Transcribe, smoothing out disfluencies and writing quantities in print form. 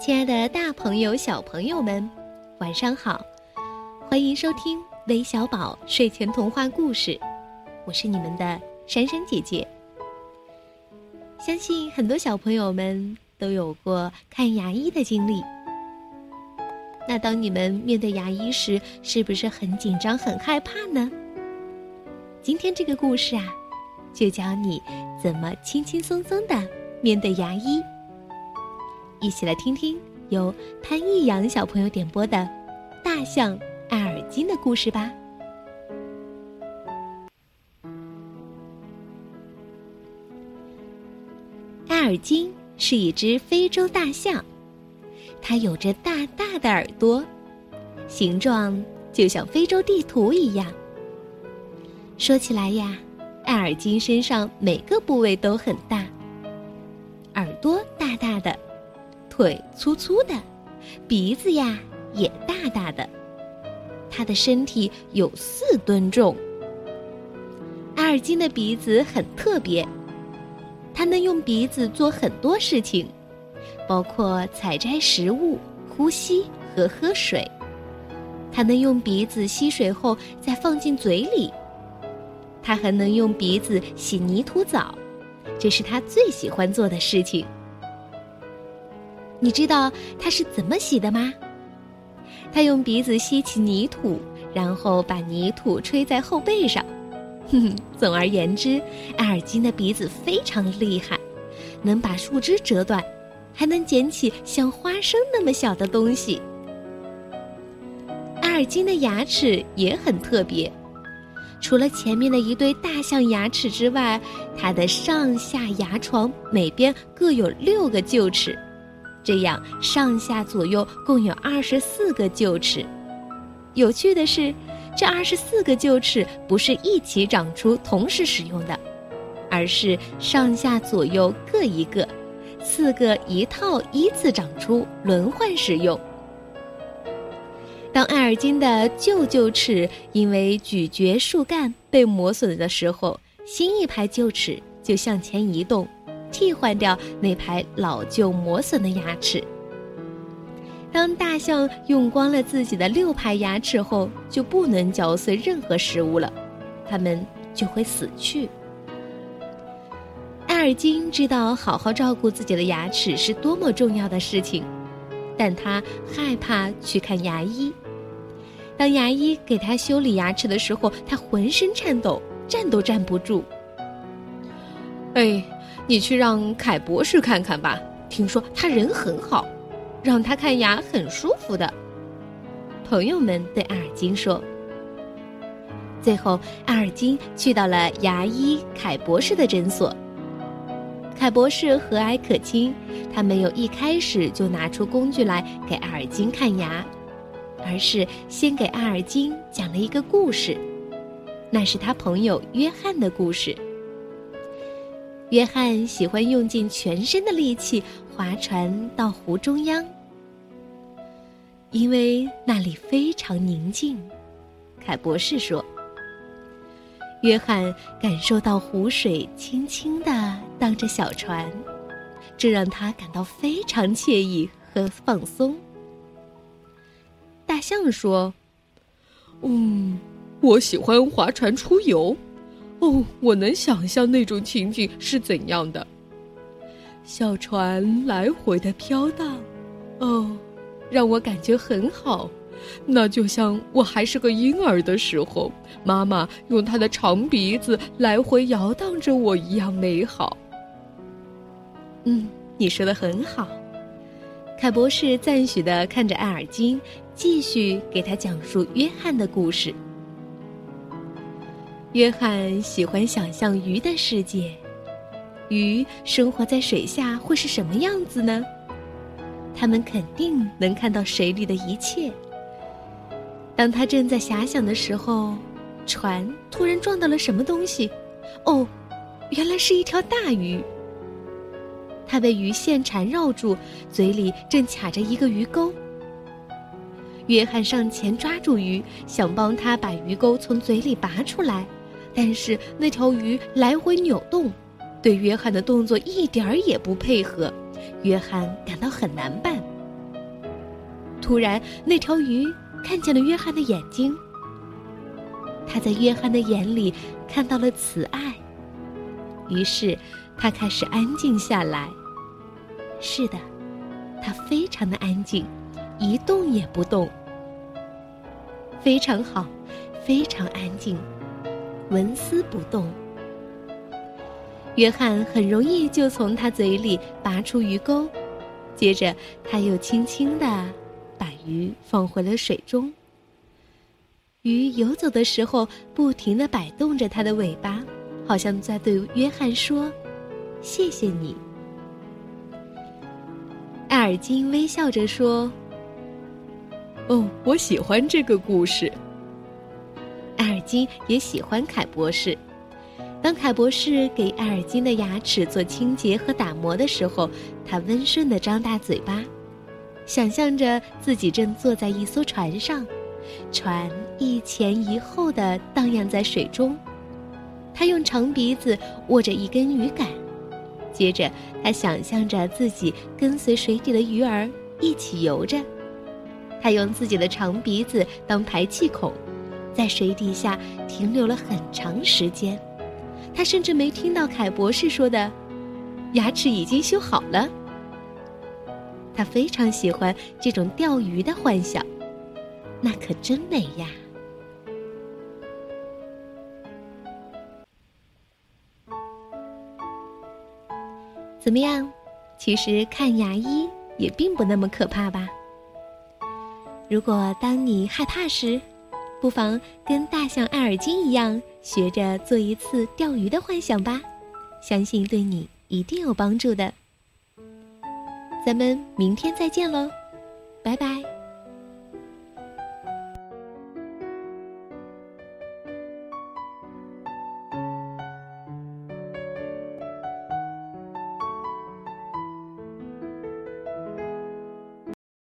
亲爱的大朋友小朋友们，晚上好，欢迎收听微小宝睡前童话故事，我是你们的珊珊姐姐。相信很多小朋友们都有过看牙医的经历，那当你们面对牙医时，是不是很紧张很害怕呢？今天这个故事啊，就教你怎么轻轻松松地面对牙医。一起来听听由潘逸阳小朋友点播的大象艾尔金的故事吧。艾尔金是一只非洲大象，它有着大大的耳朵，形状就像非洲地图一样。说起来呀，艾尔金身上每个部位都很大，耳朵大大的，腿粗粗的，鼻子呀也大大的，它的身体有4吨重。艾尔金的鼻子很特别，它能用鼻子做很多事情，包括采摘食物、呼吸和喝水。它能用鼻子吸水后再放进嘴里，它还能用鼻子洗泥土澡，这是它最喜欢做的事情。你知道它是怎么洗的吗？它用鼻子吸起泥土，然后把泥土吹在后背上。总而言之，艾尔金的鼻子非常厉害，能把树枝折断，还能捡起像花生那么小的东西。艾尔金的牙齿也很特别，除了前面的一对大象牙齿之外，它的上下牙床每边各有6个臼齿，这样上下左右共有24个臼齿。有趣的是，这24个臼齿不是一起长出同时使用的，而是上下左右各一个，4个一套依次长出，轮换使用。当艾尔金的旧臼齿因为咀嚼树干被磨损的时候，新一排臼齿就向前移动，替换掉那排老旧磨损的牙齿。当大象用光了自己的6排牙齿后，就不能嚼碎任何食物了，它们就会死去。艾尔金知道好好照顾自己的牙齿是多么重要的事情，但他害怕去看牙医。当牙医给他修理牙齿的时候，他浑身颤抖，站都站不住。你去让凯博士看看吧，听说他人很好，让他看牙很舒服的。朋友们对艾尔金说。最后，艾尔金去到了牙医凯博士的诊所。凯博士和蔼可亲，他没有一开始就拿出工具来给艾尔金看牙，而是先给艾尔金讲了一个故事，那是他朋友约翰的故事。约翰喜欢用尽全身的力气划船到湖中央，因为那里非常宁静。凯博士说，约翰感受到湖水轻轻地荡着小船，这让他感到非常惬意和放松。大象说， 我喜欢划船出游。我能想象那种情景是怎样的。小船来回的飘荡，让我感觉很好。那就像我还是个婴儿的时候，妈妈用她的长鼻子来回摇荡着我一样美好。 你说得很好。凯博士赞许地看着艾尔金，继续给他讲述约翰的故事。约翰喜欢想象鱼的世界，鱼生活在水下会是什么样子呢？他们肯定能看到水里的一切。当他正在遐想的时候，船突然撞到了什么东西。原来是一条大鱼。它被鱼线缠绕住，嘴里正卡着一个鱼钩。约翰上前抓住鱼，想帮他把鱼钩从嘴里拔出来，但是那条鱼来回扭动，对约翰的动作一点儿也不配合，约翰感到很难办。 突然，那条鱼看见了约翰的眼睛。他在约翰的眼里看到了慈爱，于是他开始安静下来。是的，他非常的安静，一动也不动。非常好，非常安静，纹丝不动。约翰很容易就从他嘴里拔出鱼钩，接着他又轻轻地把鱼放回了水中。鱼游走的时候，不停地摆动着它的尾巴，好像在对约翰说：“谢谢你。”艾尔金微笑着说：“ 哦，我喜欢这个故事。” 艾尔金也喜欢凯博士。当凯博士给艾尔金的牙齿做清洁和打磨的时候，他温顺地张大嘴巴，想象着自己正坐在一艘船上，船一前一后地荡漾在水中。他用长鼻子握着一根鱼竿，接着他想象着自己跟随水底的鱼儿一起游着。他用自己的长鼻子当排气孔，在水底下停留了很长时间。他甚至没听到凯博士说的牙齿已经修好了。他非常喜欢这种钓鱼的幻想，那可真美呀。怎么样？其实看牙医也并不那么可怕吧？如果当你害怕时，不妨跟大象艾尔金一样，学着做一次钓鱼的幻想吧，相信对你一定有帮助的。咱们明天再见喽，拜拜。